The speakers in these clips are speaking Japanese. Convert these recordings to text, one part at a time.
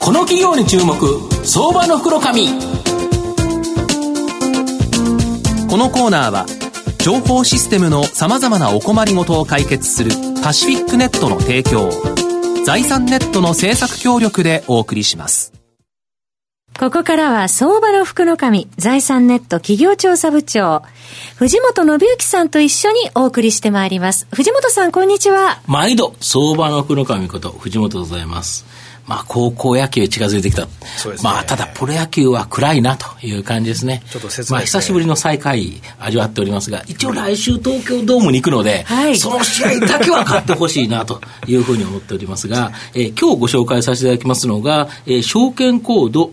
この企業に注目、相場の福の神。 このコーナーは情報システムのさまざまなお困りごとを解決するパシフィックネットの提供、財産ネットの制作協力でお送りします。 ここからは相場の福の神、財産ネット企業調査部長藤本信之さんと一緒にお送りしてまいります。藤本さん、こんにちは。 毎度相場の福の神こと藤本でございます。高校野球近づいてきた。 そうですね。 ただプロ野球は暗いなという感じですね。 ちょっと切ないですね。 久しぶりの再開味わっておりますが、一応来週東京ドームに行くので、その試合だけは勝ってほしいなというふうに思っておりますが、今日ご紹介させていただきますのが、証券コード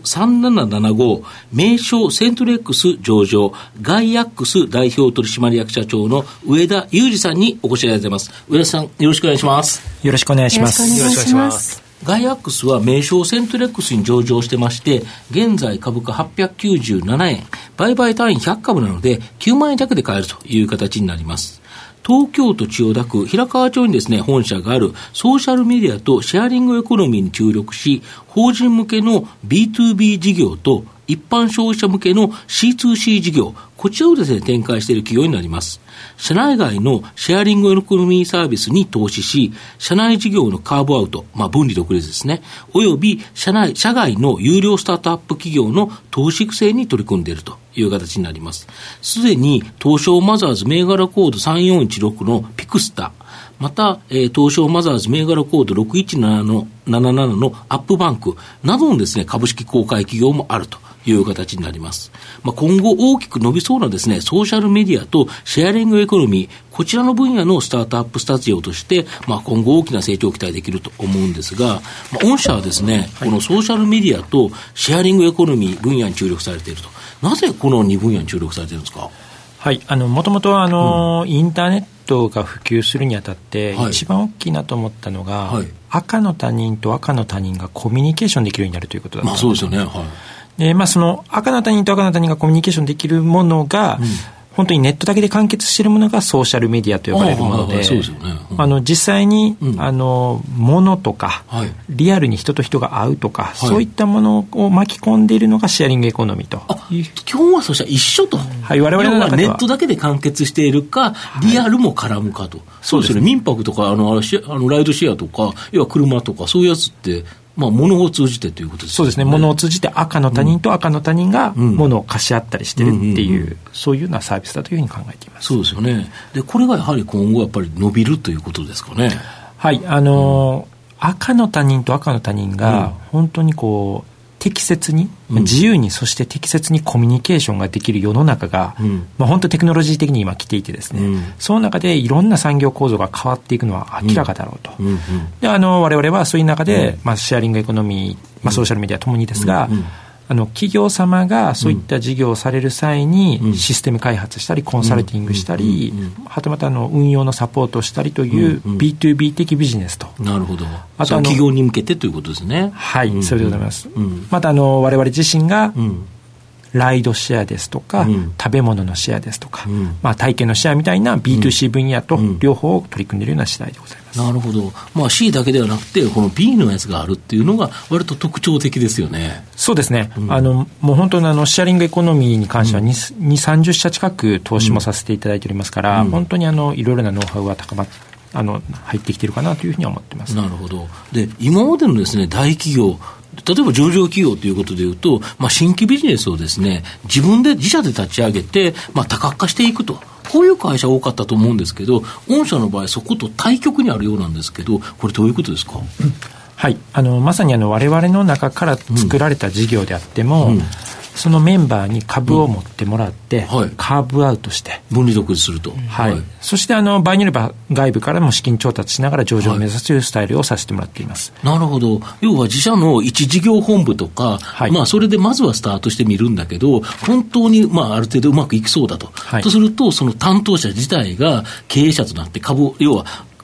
3775名称セントレックス上場ガイアックス代表取締役社長の上田裕二さんにお越しいただいています。上田さん、よろしくお願いします。 よろしくお願いします。 よろしくお願いします。 ガイアックスは名称セントレックスに上場してまして、現在株価897円、売買単位100株なので9万円弱で買えるという形になります。東京都千代田区平川町にですね、本社があるソーシャルメディアとシェアリングエコノミーに注力し、法人向けの B2B 事業と一般消費者向けの C2C 事業、こちらをですね、展開している企業になります。社内外のシェアリングエコノミーサービスに投資し、社内事業のカーブアウト、分離独立ですね、および社外の有料スタートアップ企業の投資育成に取り組んでいるという形になります。すでに東証マザーズ銘柄コード3416のピクスタ、また、東証マザーズ銘柄コード6177のアップバンクなどのですね、株式公開企業もあるという形になります。今後大きく伸びそうなですね、ソーシャルメディアとシェアリングエコノミー、こちらの分野のスタートアップスタジオとして、今後大きな成長を期待できると思うんですが、御社はですね、このソーシャルメディアとシェアリングエコノミー分野に注力されていると。なぜこの2分野に注力されているんですか？ はい、もともとインターネットが普及するにあたって、一番大きいなと思ったのが、赤の他人と赤の他人がコミュニケーションできるようになるということだったんです。 そうですよね。 で、その赤の他人と赤の他人がコミュニケーションできるものが、本当にネットだけで完結しているものがソーシャルメディアと呼ばれるもので、実際に、物とか、リアルに人と人が会うとか、そういったものを巻き込んでいるのがシェアリングエコノミーと。 基本はそうしたら一緒と。 我々の中ではネットだけで完結しているか、リアルも絡むかと。そうですね。民泊とかライドシェアとか、要は車とかそういうやつって、物を通じてということですね。 そうですね。物を通じて赤の他人と赤の他人が物を貸し合ったりしてるっていう、そういうようなサービスだというふうに考えています。 そうですよね。で、これがやはり今後やっぱり伸びるということですかね。 はい。赤の他人と赤の他人が本当に適切に、自由にそして適切にコミュニケーションができる世の中が、本当テクノロジー的に今来ていてですね、その中でいろんな産業構造が変わっていくのは明らかだろうと。で、我々はそういう中で、シェアリングエコノミー、ソーシャルメディアともにですが、企業様がそういった事業をされる際にシステム開発したりコンサルティングしたり、はたまた運用のサポートをしたりという B2B 的ビジネスと。 なるほど。あと企業に向けてということですね。 はい、それでございます。また我々自身がライドシェアですとか、食べ物のシェアですとか、体験のシェアみたいな B2C 分野と両方を取り組んでいるような次第でございます。 なるほど。C だけではなくてこの B のやつがあるっていうのが割と特徴的ですよね。 そうですね。もう本当にシェアリングエコノミーに関しては2、30社近く投資もさせていただいておりますから、本当にいろいろなノウハウは高まって入ってきているかなというふうには思っています。 なるほど。で、今までのですね、大企業、例えば上場企業ということでいうと、新規ビジネスをですね、自社で立ち上げて、多角化していくと。こういう会社多かったと思うんですけど、御社の場合そこと対極にあるようなんですけど、これどういうことですか？ はい。まさに我々の中から作られた事業であっても、そのメンバーに株を持ってもらって、カーブアウトして分離独立すると、 そして場合によれば外部からも資金調達しながら上場を目指すというスタイルをさせてもらっています。 なるほど。要は自社の一事業本部とか、それでまずはスタートしてみるんだけど、本当にある程度うまくいきそうだと、とするとその担当者自体が経営者となって要は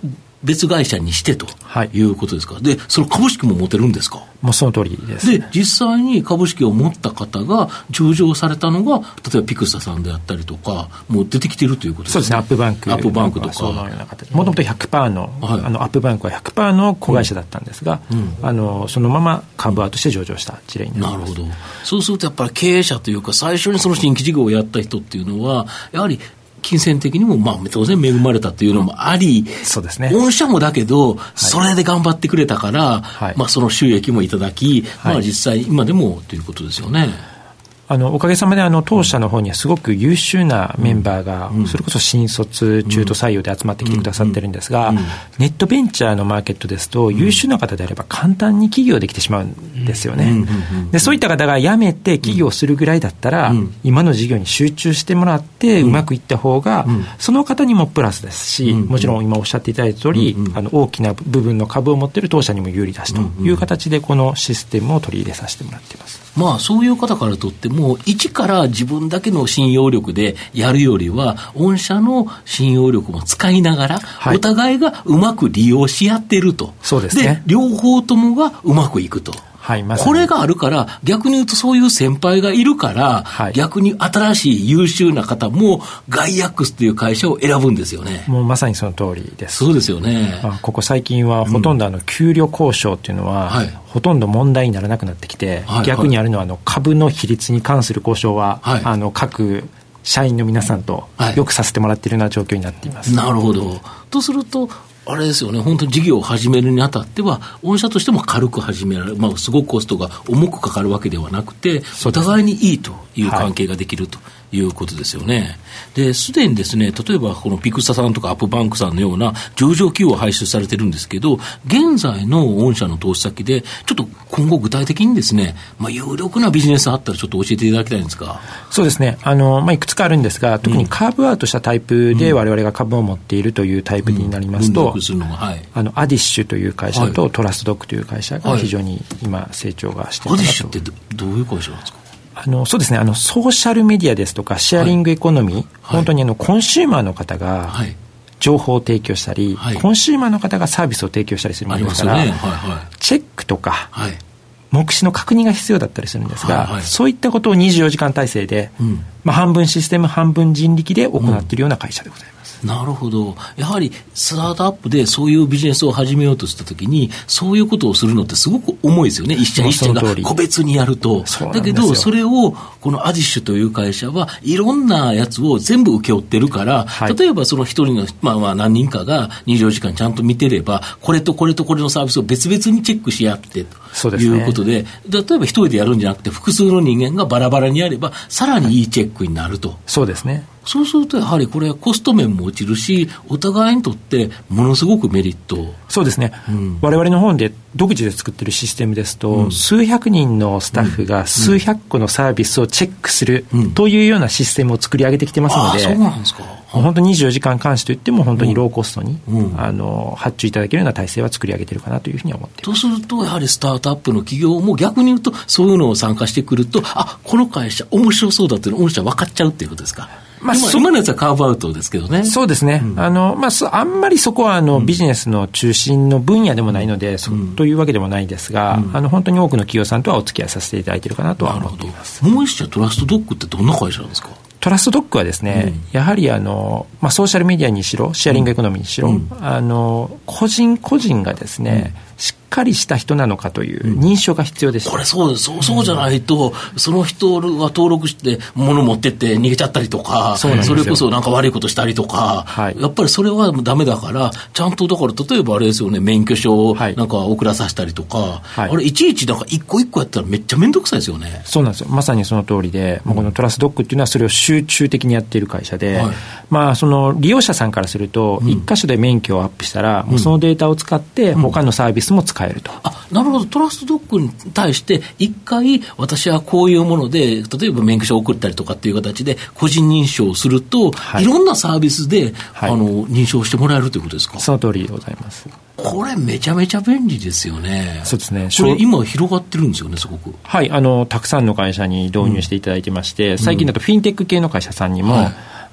別会社にしてということですか。で、その株式も持てるんですか。 もうその通りです。 で、実際に株式を持った方が上場されたのが、例えばピクサさんであったりとか、もう出てきているということですね。 そうですね、アップバンク。 アップバンクとか。 そのような形。もともと 100% の、アップバンクは 100% の子会社だったんですが、そのまま株アとして上場した事例になります。 なるほど。そうするとやっぱり経営者というか、最初にその新規事業をやった人っていうのは、やはり、金銭的にも当然恵まれたというのもあり、 そうですね。 御社もだけど、それで頑張ってくれたから、その収益もいただき、実際今でもということですよね。 おかげさまで当社の方にはすごく優秀なメンバーが、それこそ新卒中途採用で集まってきてくださってるんですが、ネットベンチャーのマーケットですと、優秀な方であれば簡単に起業できてしまうんですよね。で、そういった方が辞めて起業するぐらいだったら、今の事業に集中してもらってうまくいった方が、その方にもプラスですし、もちろん今おっしゃっていただいた通り、大きな部分の株を持っている当社にも有利だしという形で、このシステムを取り入れさせてもらっています。 そういう方からとっても、一から自分だけの信用力でやるよりは、御社の信用力も使いながら、お互いがうまく利用し合っていると。 そうですね。 で、両方ともがうまくいくと。これがあるから、逆に言うとそういう先輩がいるから、逆に新しい優秀な方もガイアックスという会社を選ぶんですよね。 もうまさにその通りです。 そうですよね。 ここ最近はほとんど給料交渉っていうのは、ほとんど問題にならなくなってきて、逆にあるのは株の比率に関する交渉は、各社員の皆さんとよくさせてもらっているような状況になっています。 なるほど。とすると、あれですよね、本当に事業を始めるにあたっては、御社としても軽く始められる、すごくコストが重くかかるわけではなくて、お互いにいいという関係ができるということですよね。で、すでにですね、例えばこのピクサさんとかアップバンクさんのような上場企業を輩出されてるんですけど、現在の御社の投資先で、ちょっと今後具体的にですね、有力なビジネスあったらちょっと教えていただきたいんですが。 そうですね。いくつかあるんですが、特にカーブアウトしたタイプで我々が株を持っているというタイプになりますと、アディッシュという会社とトラストドッグという会社が非常に今成長がしているかなと。 アディッシュってどういう会社なんですか。 そうですね、ソーシャルメディアですとかシェアリングエコノミー、本当にコンシューマーの方が情報を提供したり、コンシューマーの方がサービスを提供したりするものですから、チェックとか、目視の確認が必要だったりするんですが、そういったことを24時間体制で、半分システム半分人力で行っているような会社でございます。 なるほど。やはりスタートアップでそういうビジネスを始めようとしたときに、そういうことをするのってすごく重いですよね。一社一社が個別にやると。だけど、それをこのアディッシュという会社はいろんなやつを全部請け負ってるから、例えばその一人の、何人かが24時間ちゃんと見てれば、これとこれとこれのサービスを別々にチェックし合ってということで、例えば一人でやるんじゃなくて複数の人間がバラバラにやれば、さらにいいチェックになると。 そうですね。 そうするとやはりこれはコスト面も落ちるし、お互いにとってものすごくメリット。 そうですね。我々の方で独自で作っているシステムですと、数百人のスタッフが数百個のサービスをチェックするというようなシステムを作り上げてきてますので、 そうなんですか。 本当に24時間監視といっても本当にローコストに、発注いただけるような体制は作り上げているかなというふうに思っています。 とするとやはりスタートアップの企業も逆に言うとそういうのを参加してくると、この会社面白そうだというのを御社分かっちゃうということですか。今のやつはカーブアウトですけどね。 そうですね。あんまりそこはビジネスの中心の分野でもないので、というわけでもないですが、本当に多くの企業さんとはお付き合いさせていただいているかなとは思っています。 もう一社トラストドッグってどんな会社なんですか。 トラストドッグはですね、やはりソーシャルメディアにしろシェアリングエコノミーにしろ、個人個人がですね、しっかりした人なのかという認証が必要でした。 これそうじゃないと、その人が登録して物持ってって逃げちゃったりとか、それこそなんか悪いことしたりとか、やっぱりそれはダメだから、ちゃんとだから例えばあれですよね、免許証をなんか送らさせたりとか、あれいちいちなんか一個一個やったらめっちゃめんどくさいですよね。 そうなんですよ。まさにその通りで、このトラスドッグっていうのはそれを集中的にやっている会社で、その利用者さんからすると、一箇所で免許をアップしたら、もうそのデータを使って他のサービスも使えると。 なるほど。トラストドッグに対して一回私はこういうもので例えば免許証を送ったりとかっていう形で個人認証をすると、いろんなサービスで、認証してもらえるということですか。 その通りでございます。 これめちゃめちゃ便利ですよね。 そうですね。 これ今広がってるんですよね、すごく。 たくさんの会社に導入していただいてまして、最近だとフィンテック系の会社さんにも、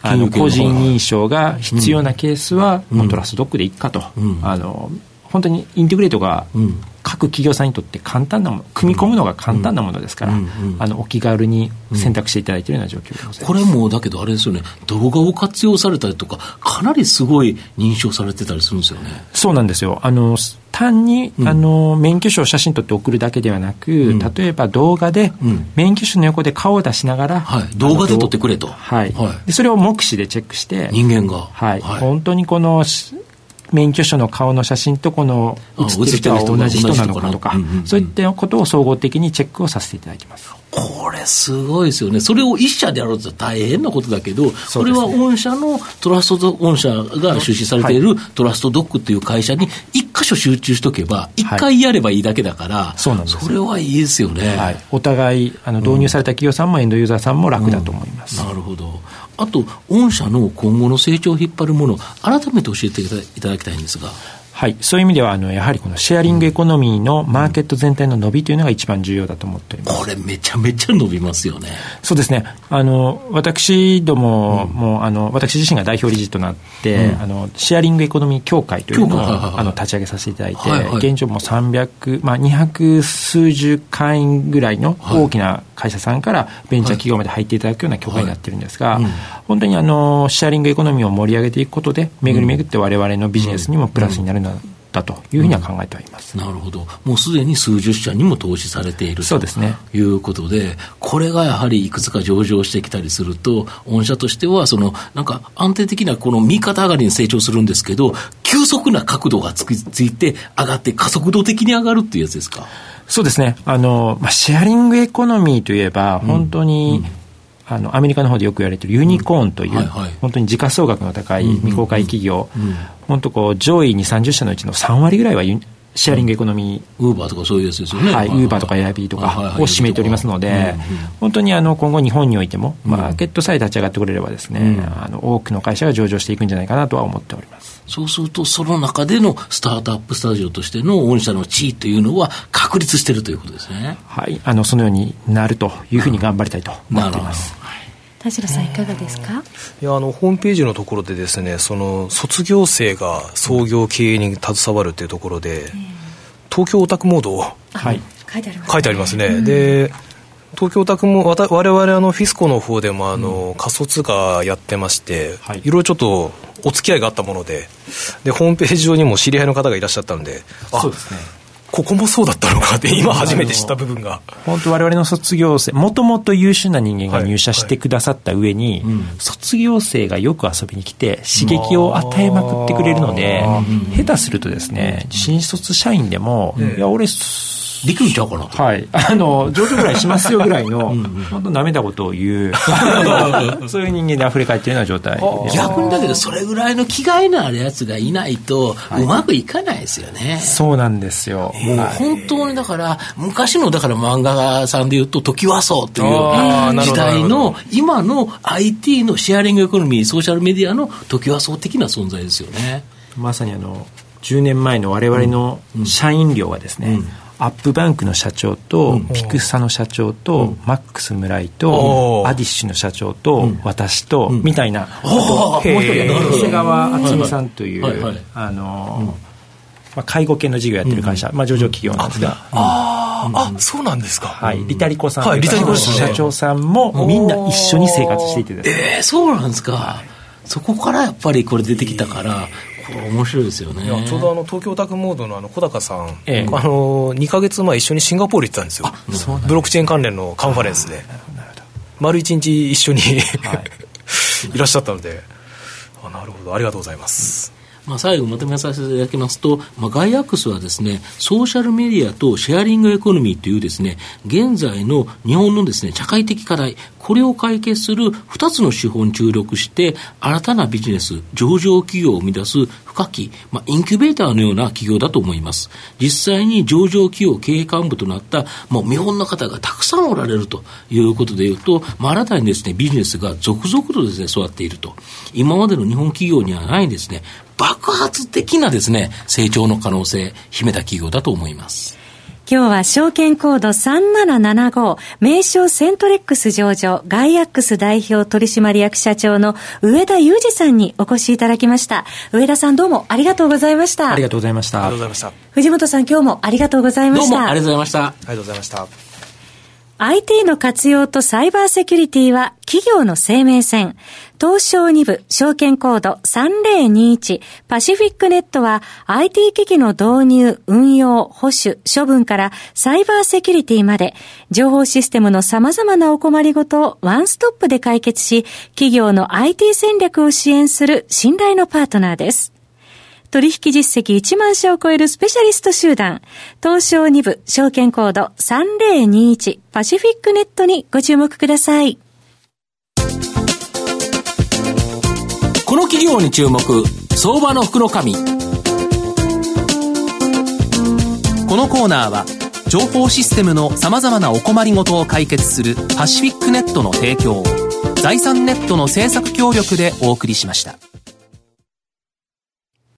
個人認証が必要なケースは、もうトラストドッグでいいかと、本当にインテグレートが各企業さんにとって簡単なもの、組み込むのが簡単なものですから、お気軽に選択していただいているような状況でございます。 これもだけどあれですよね、動画を活用されたりとか、かなりすごい認証されてたりするんですよね。 そうなんですよ。単に、免許証を写真撮って送るだけではなく、例えば動画で、免許証の横で顔を出しながら、 動画で撮ってくれと、 でそれを目視でチェックして、 人間が、 本当にこの免許証の顔の写真とこの写ってる人は同じ人なのかとか、そういったことを総合的にチェックをさせていただいています。 これすごいですよね。それを一社でやろうと大変なことだけど、これは御社のトラスト御社が出資されているトラストドッグという会社に一箇所集中しとけば一回やればいいだけだから、それはいいですよね。 お互い導入された企業さんもエンドユーザーさんも楽だと思います。 なるほど。あと御社の今後の成長を引っ張るもの、改めて教えていただきたいんですが。 はい、そういう意味ではやはりこのシェアリングエコノミーのマーケット全体の伸びというのが一番重要だと思っております。 これめちゃめちゃ伸びますよね。 そうですね。私どもも私自身が代表理事となって、シェアリングエコノミー協会というのを立ち上げさせていただいて、現状も200数十会員ぐらいの大きな会社さんからベンチャー企業まで入っていただくような協会になっているんですが、本当にシェアリングエコノミーを盛り上げていくことで、巡り巡って我々のビジネスにもプラスになるのだというふうには考えております。 なるほど。もうすでに数十社にも投資されているということで、これがやはりいくつか上場してきたりすると、御社としてはなんか安定的なこの右肩上がりに成長するんですけど、急速な角度がついて上がって加速度的に上がるっていうやつですか。 そうですね。シェアリングエコノミーといえば本当に、アメリカの方でよく言われているユニコーンという、本当に時価総額の高い未公開企業、本当上位2、30社のうちの3割ぐらいはシェアリングエコノミー、 ウーバーとかそういうやつですよね。 ウーバーとかエアビーとかを占めておりますので、本当に今後日本においてもマーケットさえ立ち上がってくれればですね、多くの会社が上場していくんじゃないかなとは思っております。 そうするとその中でのスタートアップスタジオとしての御社の地位というのは確立しているということですね。 はい、そのようになるというふうに頑張りたいと思っています。 田代さんいかがですか。 いやホームページのところでですね、卒業生が創業経営に携わるというところで、東京オタクモードを、 書いてありますね。 で東京オタクも我々フィスコの方でも仮想通貨やってまして、いろいろちょっとお付き合いがあったもので、ホームページ上にも知り合いの方がいらっしゃったので、 そうですね、 ここもそうだったのかって今初めて知った部分が、 本当我々の卒業生、もともと優秀な人間が入社してくださった上に、卒業生がよく遊びに来て刺激を与えまくってくれるので、下手するとですね、新卒社員でも、いや俺できるんちゃうかなと、 上場ぐらいしますよぐらいの本当なめたことを言うそういう人間で溢れ返っているような状態。 逆にだけどそれぐらいの気概のあるやつがいないとうまくいかないですよね。 そうなんですよ。 もう本当にだから昔の漫画家さんでいうとトキワ荘という時代の今の IT のシェアリングエコノミー、ソーシャルメディアのトキワ荘的な存在ですよね。 まさに10年前の我々の社員寮はですね、アップバンクの社長と、ピクサの社長と、マックス村井と、アディッシュの社長と、私と、みたいな、もう一人長谷川敦美さんという、介護系の事業やってる会社、上場企業なんですが、 そうなんですか。 リタリコさん、リタリコ社長さんもみんな一緒に生活していてですね。 そうなんですか。そこからやっぱりこれ出てきたから、面白いですよね。 ちょうど東京オタクモードの小高さん、2ヶ月前一緒にシンガポール行ってたんですよ。ブロックチェーン関連のカンファレンスで丸1日一緒にいらっしゃったので、なるほど、ありがとうございます。 最後まとめさせていただきますと、ガイアックスはですね、ソーシャルメディアとシェアリングエコノミーというですね、現在の日本のですね、社会的課題、これを解決する2つの手法に注力して、新たなビジネス、上場企業を生み出す深き、インキュベーターのような企業だと思います。実際に上場企業経営幹部となった見本の方がたくさんおられるということでいうと、新たにですね、ビジネスが続々とですね、育っていると。今までの日本企業にはないですね、爆発的なですね、成長の可能性、秘めた企業だと思います。 今日は証券コード3775名称セントレックス上場ガイアックス代表取締役社長の上田裕二さんにお越しいただきました。上田さんどうもありがとうございました。 ありがとうございました。 ありがとうございました。 藤本さん今日もありがとうございました。 どうもありがとうございました。 ありがとうございました。 IT の活用とサイバーセキュリティは企業の生命線。東証2部証券コード3021パシフィックネットは IT 機器の導入、運用、保守、処分からサイバーセキュリティまで情報システムの様々なお困りごとをワンストップで解決し、企業の IT 戦略を支援する信頼のパートナーです。取引実績1万社を超えるスペシャリスト集団、東証2部証券コード3021パシフィックネットにご注目ください。 この企業に注目、相場の福の神。 このコーナーは情報システムのさまざまなお困りごとを解決するパシフィックネットの提供、財産ネットの制作協力でお送りしました。